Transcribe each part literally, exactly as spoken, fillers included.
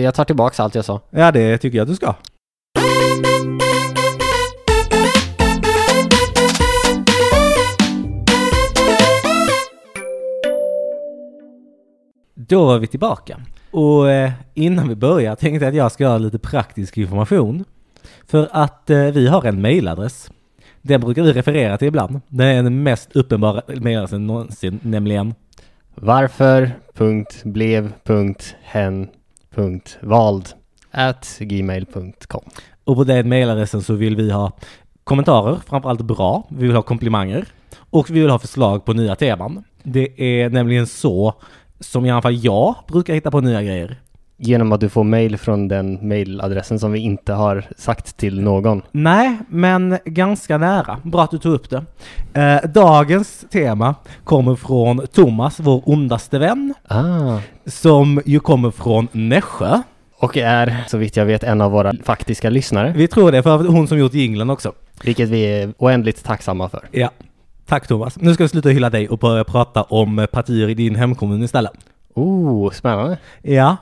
Jag tar tillbaka allt jag sa. Ja, det tycker jag att du ska. Då var vi tillbaka. Och eh, innan vi börjar tänkte jag att jag ska ha lite praktisk information. För att eh, vi har en mailadress. Den brukar vi referera till ibland. Det är den mest uppenbara mailadressen någonsin, nämligen varför punkt blev punkt hen punkt vald at gmail punkt com. Och på den mailadressen så vill vi ha kommentarer, framförallt bra. Vi vill ha komplimanger. Och vi vill ha förslag på nya teman. Det är nämligen så som i alla fall jag brukar hitta på nya grejer. Genom att du får mail från den mailadressen som vi inte har sagt till någon. Nej, men ganska nära. Bra att du tog upp det. Eh, dagens tema kommer från Thomas, vår ondaste vän. Ah. Som ju kommer från Nässjö. Och är, så vitt jag vet, en av våra faktiska lyssnare. Vi tror det, för hon som gjort jinglen också. Vilket vi är oändligt tacksamma för. Ja, tack Thomas. Nu ska vi sluta hylla dig och börja prata om partier i din hemkommun istället. Oh, spännande. Ja,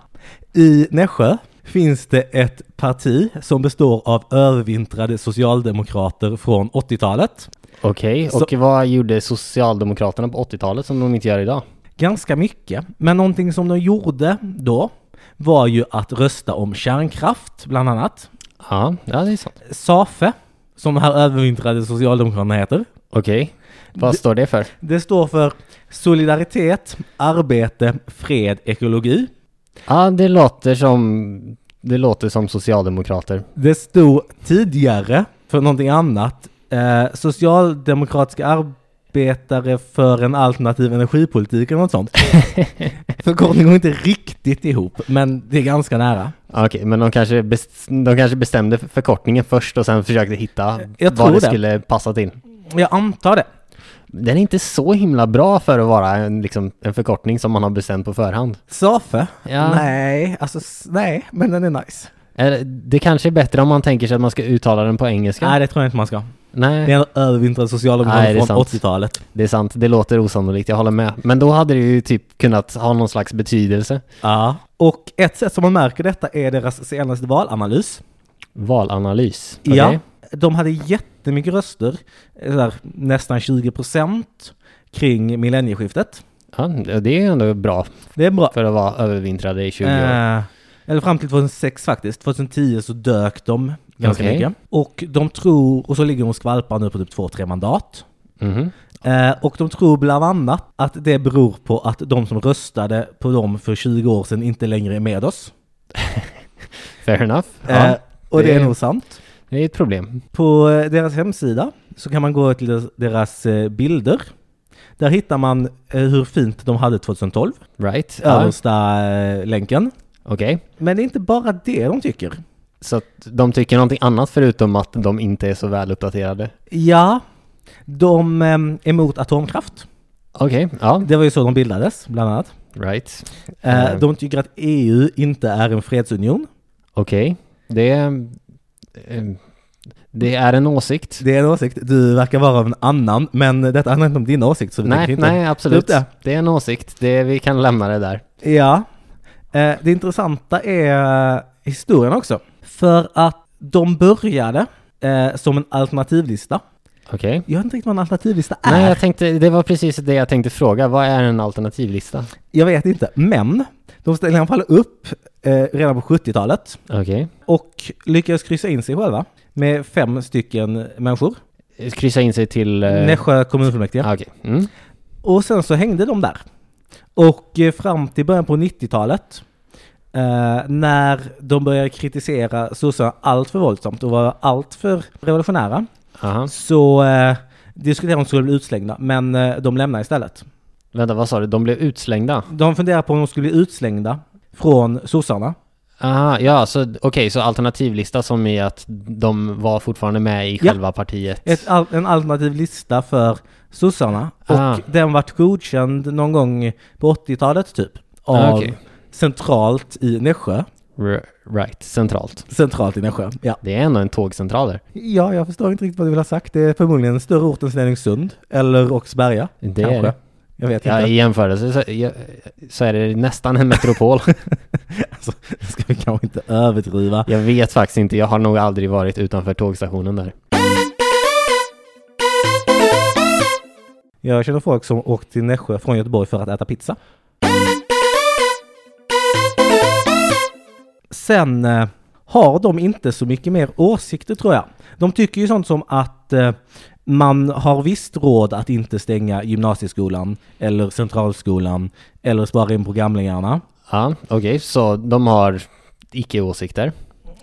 i Nässjö finns det ett parti som består av övervintrade socialdemokrater från åttiotalet. Okej, okay. Och Så, vad gjorde Socialdemokraterna på åttiotalet som de inte gör idag? Ganska mycket, men någonting som de gjorde då var ju att rösta om kärnkraft, bland annat. Ja, ja det är sant. SAFE, som de här övervintrade socialdemokraterna heter. Okej, okay. Vad det, står det för? Det står för solidaritet, arbete, fred, ekologi. Ja, det låter som det låter som socialdemokrater. Det stod tidigare för någonting annat. Eh, socialdemokratiska arbetare för en alternativ energipolitik eller något sånt. Förkortningen går inte riktigt ihop, men det är ganska nära. Okej, okay, men de kanske, best- de kanske bestämde förkortningen först och sen försökte hitta Jag vad det, det skulle passa till. Jag antar det. Den är inte så himla bra för att vara en, liksom, en förkortning som man har bestämt på förhand. SAFE? Ja. Nej, alltså nej, men den är nice. Det kanske är bättre om man tänker sig att man ska uttala den på engelska. Nej, det tror jag inte man ska. Nej. Det är en övervintrad socialdemokrat från sant. åttiotalet. Det är sant, det låter osannolikt, jag håller med. Men då hade det ju typ kunnat ha någon slags betydelse. Ja, och ett sätt som man märker detta är deras senaste valanalys. Valanalys? Okay. Ja, de hade jättemycket röster, där, nästan tjugo procent kring millennieskiftet. Ja, det är ändå bra. Det är bra. För att vara övervintrade i tjugo år. Eh, eller fram till tjugohundrasex faktiskt. tjugohundratio så dök de ganska okay. mycket. Och de tror, och så ligger de och skvalpar nu på typ två, tre mandat. Mm-hmm. Eh, och de tror bland annat att det beror på att de som röstade på dem för tjugo år sedan inte längre är med oss. Fair enough. Eh, ja, och det, det är nog sant. Det är ett problem. På deras hemsida så kan man gå till deras bilder. Där hittar man hur fint de hade tjugohundratolv. Right. Översta ja. länken. Okej. Okay. Men det är inte bara det de tycker. Så att de tycker någonting annat förutom att de inte är så väl uppdaterade? Ja, de är emot atomkraft. Okej, okay. Ja. Det var ju så de bildades, bland annat. Right. Uh, de tycker att E U inte är en fredsunion. Okej. Okay. Det är... Det är en åsikt. Det är en åsikt. Du verkar vara av en annan, men detta handlar inte om din åsikt. Så vi nej, inte nej, absolut. Det. det är en åsikt. Det, vi kan lämna det där. Ja. Eh, det intressanta är historien också. För att de började eh, som en alternativlista. Okej. Okay. Jag vet inte riktigt vad en alternativlista är. Nej, jag tänkte, det var precis det jag tänkte fråga. Vad är en alternativlista? Jag vet inte, men de ställde i alla fall upp eh, redan på sjuttiotalet. Okej. Okay. Och lyckades kryssa in sig själva med fem stycken människor. Kryssa in sig till... Eh... Nässjö kommunfullmäktige. Ah, okay. Mm. Och sen så hängde de där. Och eh, fram till början på nittiotalet eh, när de började kritisera sossarna allt för våldsamt och var allt för revolutionära. Aha. Så eh, diskuterade de skulle bli utslängda, men eh, de lämnade istället. Vänta, vad sa du? De blev utslängda? De funderade på om de skulle bli utslängda från sossarna. Aha, ja, så okej, okay, så alternativlista som i att de var fortfarande med i ja, själva partiet. Ett, en alternativ lista för sossarna. Ah. Och den vart godkänd någon gång på åttiotalet typ. Av ah, okay. centralt i Nässjö. R- right, centralt. Centralt i Nässjö, ja. Det är ändå en tågcentral där. Ja, jag förstår inte riktigt vad du vill ha sagt. Det är förmodligen en större ort än Stenungsund. Eller Åkersberga. Det kanske. är det. Jag vet Ja, inte. i jämförelse så, jag, så är det nästan en metropol. Alltså, ska vi kanske inte överdriva. Jag vet faktiskt inte, jag har nog aldrig varit utanför tågstationen där. Jag känner folk som åkt till Nässjö från Göteborg för att äta pizza. Sen eh, har de inte så mycket mer åsikter, tror jag. De tycker ju sånt som att eh, man har visst råd att inte stänga gymnasieskolan eller centralskolan eller spara in programlingarna. Ja, okej, okay, så de har icke-åsikter.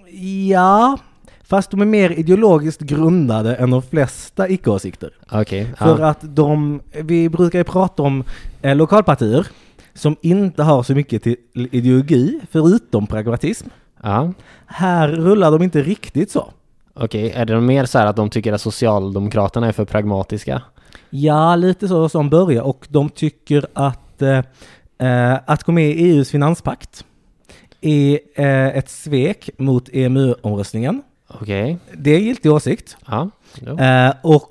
Ja, fast de är mer ideologiskt grundade än de flesta icke-åsikter. Okej. Okay, För ja. att de, vi brukar ju prata om eh, lokalpartier som inte har så mycket till ideologi förutom pragmatism. Ja. Här rullar de inte riktigt så. Okej, okay, är det mer så här att de tycker att Socialdemokraterna är för pragmatiska? Ja, lite så som börjar. Och de tycker att eh, att gå med i E U:s finanspakt är eh, ett svek mot E M U-omröstningen. Okej. Okay. Det är giltig åsikt. Ja. Eh, och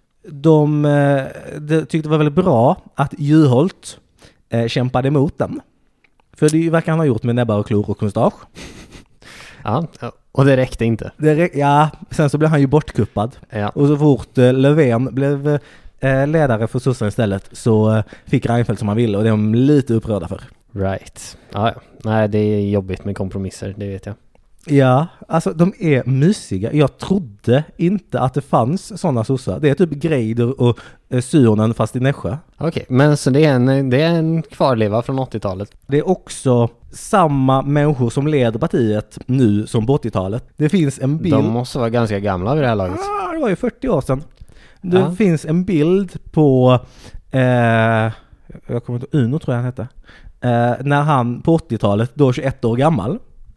de, eh, de tyckte det var väldigt bra att Juholt eh, kämpade emot den. För det verkar han ha gjort med näbbar och klor och mustasch. Ja, och det räckte inte. Det räck- ja, sen så blev han ju bortkuppad. Ja. Och så fort eh, Löfven blev eh, ledare för sossarna istället så eh, fick Reinfeldt som han ville, och det är de lite upprörda för. Right. Ja, nej, det är jobbigt med kompromisser, det vet jag. Ja, alltså de är mysiga. Jag trodde inte att det fanns sådana sossar. Det är typ Greider och eh, Syronen fast i Nässjö. Okej, okay, men så det är, en, det är en kvarleva från åttiotalet. Det är också samma människor som leder partiet nu som på åttiotalet. Det finns en bild... De måste vara ganska gamla vid det här laget. Ah, det var ju fyrtio år sedan. Det Ja. finns en bild på... Eh, jag kommer inte... Uno tror jag han hette. Eh, när han på åttiotalet, då tjugoett år gammal.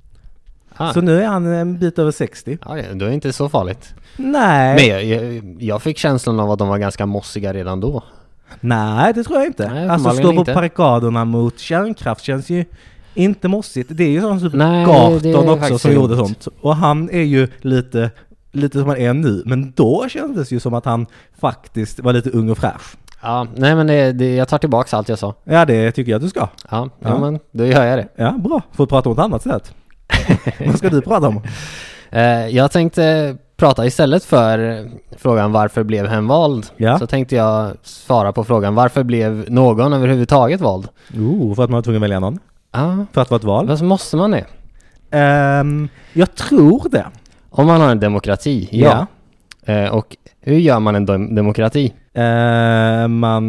Ah. Så nu är han en bit över sextio. Ja, då är det inte så farligt. Nej. Men jag, jag, jag fick känslan av att de var ganska mossiga redan då. Nej, det tror jag inte. Nej, alltså stå på inte. barrikaderna mot kärnkraft känns ju inte mossigt. Det är ju sånt typ Nej, Garton också faktiskt som inte. gjorde sånt. Och han är ju lite, lite som han är nu. Men då kändes det ju som att han faktiskt var lite ung och fräsch. Ja, nej men det, det, jag tar tillbaka allt jag sa. Ja, det tycker jag att du ska. Ja, ja. Ja. men då gör jag det. Ja, bra. Får prata om ett annat sätt. Vad ska du prata om? Eh, jag tänkte prata istället för frågan varför blev hen vald? Ja. Så tänkte jag svara på frågan varför blev någon överhuvudtaget vald? Oh, för att man var tvungen att välja någon. Ja, För att vara ett val. men så måste man det. Um, jag tror det. Om man har en demokrati, ja. Eh, och hur gör man en dem- demokrati? Uh, man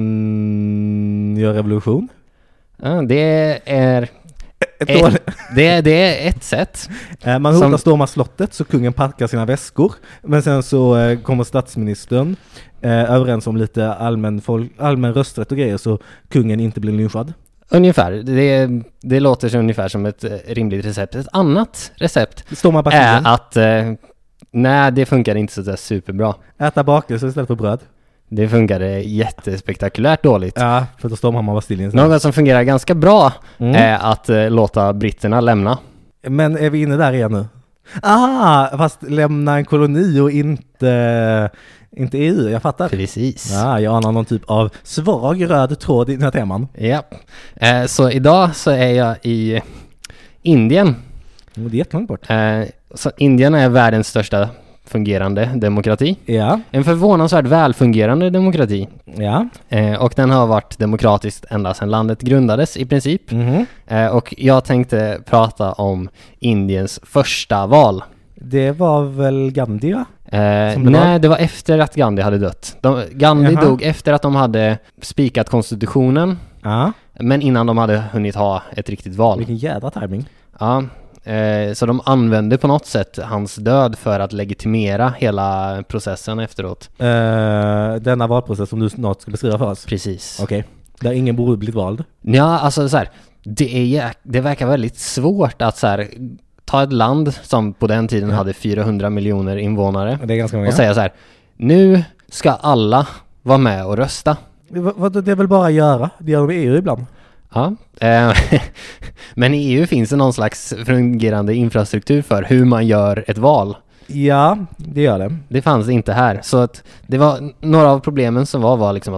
gör revolution. Ja, det är Ett ett, dåligt- det, det är ett sätt. Eh, Man hotar Som- storma slottet så kungen packar sina väskor. Men sen så eh, kommer statsministern eh, överens om lite allmän, folk, allmän rösträtt och grejer så kungen inte blir lynchad. Ungefär. Det, det låter sig ungefär som ett eh, rimligt recept. Ett annat recept Storma partiet, är att eh, nej, det funkar inte så där superbra. äta bakelser istället för bröd. Det funkade jättespektakulärt dåligt. Ja, för då stormar man Bastiljen sen. Något som fungerar ganska bra Mm. är att eh, låta britterna lämna. Men är vi inne där igen nu? Ah, fast lämna en koloni och inte, inte E U, jag fattar. Precis. Ja, jag anar någon typ av svag röd tråd i den här teman. Ja. Eh, så idag så är jag i Indien. Oh, det är jättelångt bort. Eh, så Indien är världens största fungerande demokrati. Ja, En förvånansvärt välfungerande demokrati. ja. Eh, och den har varit demokratiskt ända sedan landet grundades i princip. Mhm. Eh, och jag tänkte prata om Indiens första val. Det var väl Gandhi, va? Eh, Som det nej, var? det var efter att Gandhi hade dött. De, Gandhi Jaha. dog efter att de hade spikat konstitutionen, Ja. men innan de hade hunnit ha ett riktigt val. Vilken jädra timing. Ja, eh, så de använde på något sätt hans död för att legitimera hela processen efteråt. Uh, denna valprocess som du snart ska beskriva för oss. Precis. Okej. Där ingen borde blivit vald. Ja, alltså så här, det, är, jäk- det verkar väldigt svårt att så här, ta ett land som på den tiden Ja. hade fyrahundra miljoner invånare Det är ganska många. och säga så här, nu ska alla vara med och rösta. Vad, vad, det är väl bara att göra. Det gör de i E U ibland. Ja, eh, men i E U finns det någon slags fungerande infrastruktur för hur man gör ett val. Ja, det gör det. Det fanns inte här. Så att det var några av problemen som var, var liksom att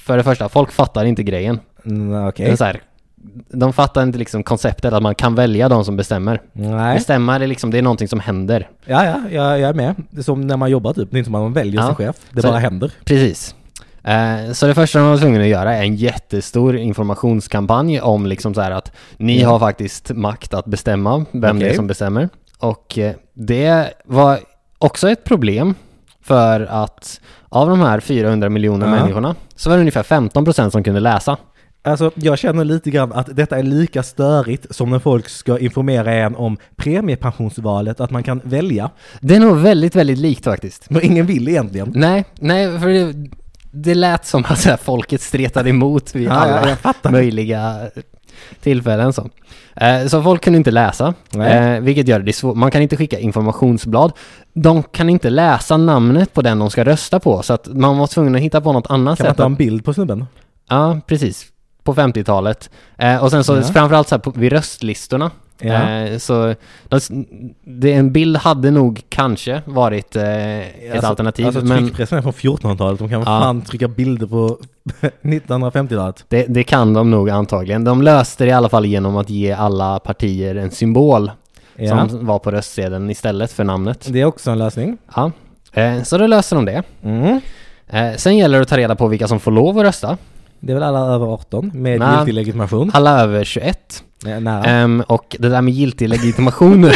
för det första, folk fattar inte grejen. Mm, okej. Det är så här, de fattar inte liksom konceptet att man kan välja de som bestämmer. Nej. Bestämma är liksom, det är någonting som händer. Ja, ja, jag, jag är med. Det är som när man jobbar typ. Det är inte som att man väljer Ja. sin chef. Det Så- bara händer. Precis. Eh, så det första de var tvungna att göra är en jättestor informationskampanj om liksom så här att ni Ja. har faktiskt makt att bestämma vem det är Okej. som bestämmer. Och eh, det var också ett problem för att av de här fyrahundra miljoner Ja. människorna så var det ungefär femton procent som kunde läsa. Alltså, jag känner lite grann att detta är lika störigt som när folk ska informera en om premiepensionsvalet, att man kan välja. Det är nog väldigt, väldigt likt faktiskt. Men ingen vill egentligen. Nej, nej, för det, det lät som att så här, folket stretade emot vid Ja, alla ja, jag fattar. möjliga tillfällen. Så. Eh, så folk kunde inte läsa, Nej. eh, vilket gör det svårt. Man kan inte skicka informationsblad. De kan inte läsa namnet på den de ska rösta på, så att man var tvungen att hitta på något annat Kan man sätt. ta en bild på snubben? Ja, precis. På femtiotalet. Eh, och sen så Ja. framförallt så här på, vid röstlistorna. Ja. Eh, så de, det, en bild hade nog kanske varit eh, ett Alltså- alternativ. Alltså men tryckpressen är från fjortonhundratalet. De kan väl Ja. fan trycka bilder på nittonhundrafemtiotalet. det, det kan de nog antagligen. De löste det i alla fall genom att ge alla partier en symbol Ja. som var på röstsedeln istället för namnet. Det är också en lösning. Ja. Eh, så då löste de det. Mm. Eh, sen gäller det att ta reda på vilka som får lov att rösta. Det är väl alla över arton med Nej. giltig legitimation. Alla över tjugoett. Ja, nära. Ehm, och det där med giltig legitimation,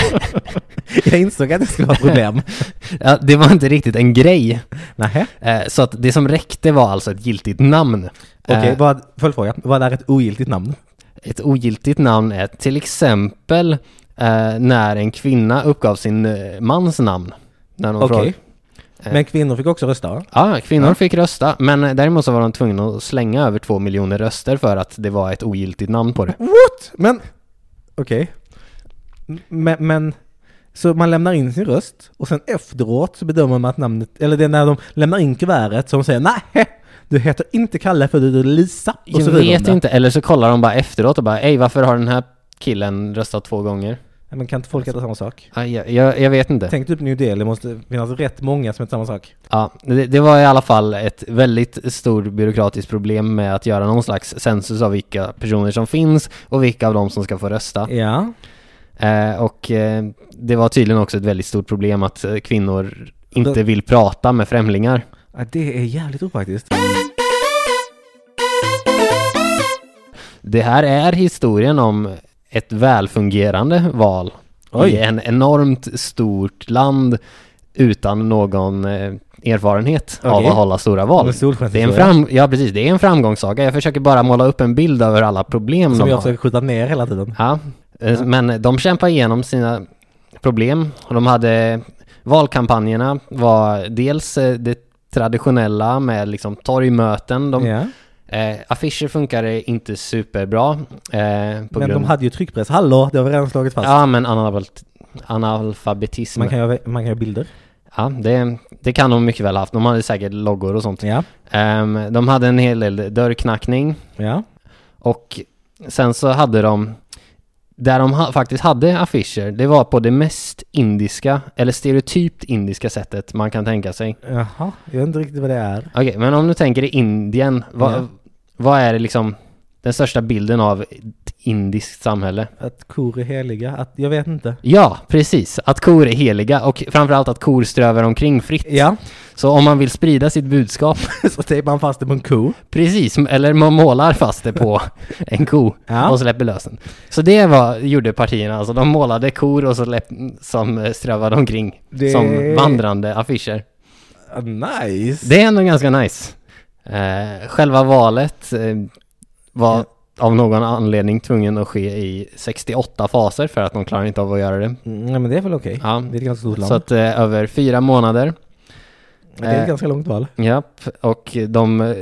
Jag insåg att det skulle vara ett problem. ja, det var inte riktigt en grej. Nähä. Eh, så att det som räckte var alltså ett giltigt namn. Okej, Eh, vad, följdfråga. Vad är ett ogiltigt namn? ett ogiltigt namn är till exempel eh, när en kvinna uppgav sin eh, mans namn. När de Okej. frågade. Eh. Men kvinnor fick också rösta, va? Ja, kvinnor Ja. fick rösta, men eh, däremot så var de tvungna att slänga över två miljoner röster för att det var ett ogiltigt namn på det. What? Men, okej. Men, men, så man lämnar in sin röst och sen efteråt så bedömer man att namnet, eller det är när de lämnar in kuvertet som säger nej, du heter inte Kalle för du är Lisa. Och Jag så river de vet det. inte, eller så kollar de bara efteråt och bara, ej, varför har den här killen röstat två gånger? Ja, men kan inte folk heta samma sak? Ja, jag, jag, jag vet inte. Tänk typ New Delhi, det måste finnas rätt många som heter samma sak. Ja, det, det var i alla fall ett väldigt stort byråkratiskt problem med att göra någon slags census av vilka personer som finns och vilka av dem som ska få rösta. Ja. Eh, och eh, det var tydligen också ett väldigt stort problem att eh, kvinnor inte Det- vill prata med främlingar. Ja, det är jävligt opraktiskt. Det här är historien om ett välfungerande val Oj. i en enormt stort land utan någon eh, erfarenhet av Okej. att hålla stora val. Med Det är en solskenshistoria. fram, ja, precis, det är en framgångssaga. Jag försöker bara måla upp en bild över alla problem Som de jag har. försöker skjuta ner hela tiden. Ja, eh, men de kämpar igenom sina problem. Och de hade valkampanjerna var dels eh, det traditionella med liksom torgmöten. De, Ja. eh, affischer funkade inte superbra. Eh, på Men grund... de hade ju tryckpress. Hallå, det har vi redan slagit fast. Ja, men analfabet... analfabetism. Man kan göra, man kan göra bilder. Ja, det, det kan de mycket väl ha haft. De hade säkert loggor och sånt. Ja. Ehm, de hade en hel del dörrknackning. Ja. Och sen så hade de, där de ha, faktiskt hade affischer, det var på det mest indiska, eller stereotypt indiska sättet man kan tänka sig. Jaha, jag vet inte riktigt vad det är. Okej, men om du tänker i Indien, vad, Ja. vad är det liksom den största bilden av ett indiskt samhälle? Att kor är heliga, att, jag vet inte. Ja, precis. Att kor är heliga och framförallt att kor strövar omkring fritt. Ja, Så om man vill sprida sitt budskap, så tejpar man fast det på en ko. precis, eller man målar fast det på en ko Ja. och släpper lös den. Så det var, gjorde partierna, alltså de målade kor och så läpp, som eh, strövade omkring Det- som vandrande affischer. Ah, nice. Det är ändå ganska nice. Eh, själva valet eh, var Ja. av någon anledning tvungen att ske i sextioåtta faser för att de klarar inte av att göra det. Mm, ja, men det är väl okej. Ja. Det är ett ganska stort land. Så att eh, över fyra månader. det är ett eh, ganska långt val. Japp, och de eh,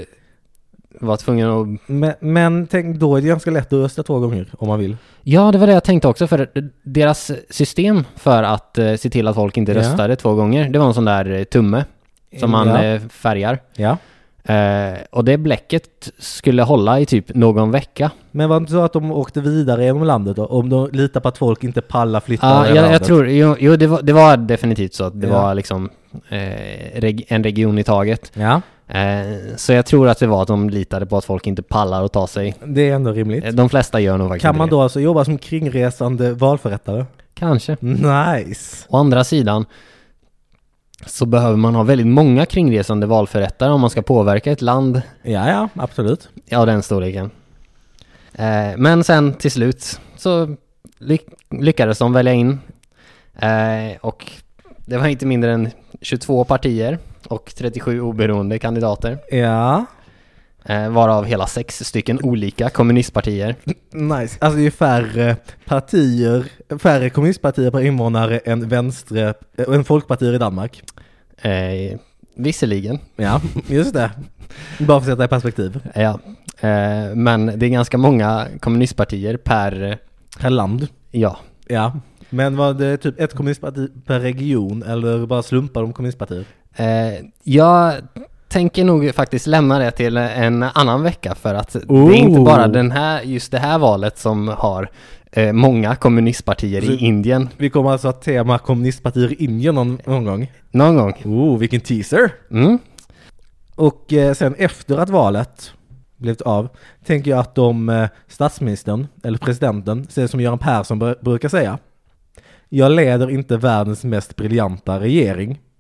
var tvungna att... Men, men tänk, då är det ganska lätt att rösta två gånger om man vill. Ja, det var det jag tänkte också, för deras system för att eh, se till att folk inte Ja. röstade två gånger, det var en sån där eh, tumme som man Ja. eh, färgar. Ja. Eh, och det bläcket skulle hålla i typ någon vecka. Men var det inte så att de åkte vidare genom landet då? Om de litar på att folk inte pallar flytta Ja, över jag, jag landet? tror, jo, jo det, var, det var definitivt så att det Ja. var liksom eh, reg, en region i taget. Ja. Eh, så jag tror att det var att de litade på att folk inte pallar att ta sig. Det är ändå rimligt. Eh, De flesta gör nog faktiskt Kan man det. då alltså jobba som kringresande valförrättare? Kanske. Nice. Å andra sidan så behöver man ha väldigt många kringresande valförrättare om man ska påverka ett land Ja, ja, absolut. av den storleken. Eh, men sen till slut så ly- lyckades de välja in. Eh, och det var inte mindre än tjugotvå partier och trettiosju oberoende kandidater. Ja, Eh, varav hela sex stycken olika kommunistpartier. nice. Alltså det är färre partier, färre kommunistpartier per invånare än vänstre, äh, än folkpartier i Danmark. Eh, visserligen. Ja, just det. Bara för att sätta i perspektiv. Ja. Eh, men det är ganska många kommunistpartier per... Per land. Ja. Ja. Men var det typ ett kommunistparti per region eller bara slumpar de kommunistpartier? Eh, jag tänker nog faktiskt lämna det till en annan vecka för att Oh. det är inte bara den här, just det här valet som har eh, många kommunistpartier Så- i Indien. Vi kommer alltså att tema kommunistpartier i Indien någon, någon gång. Någon gång. Oh, vilken teaser! Mm. Och eh, sen efter att valet blivit av, tänker jag att de eh, statsministern, eller presidenten, säger som Göran Persson br- brukar säga. Jag leder inte världens mest briljanta regering,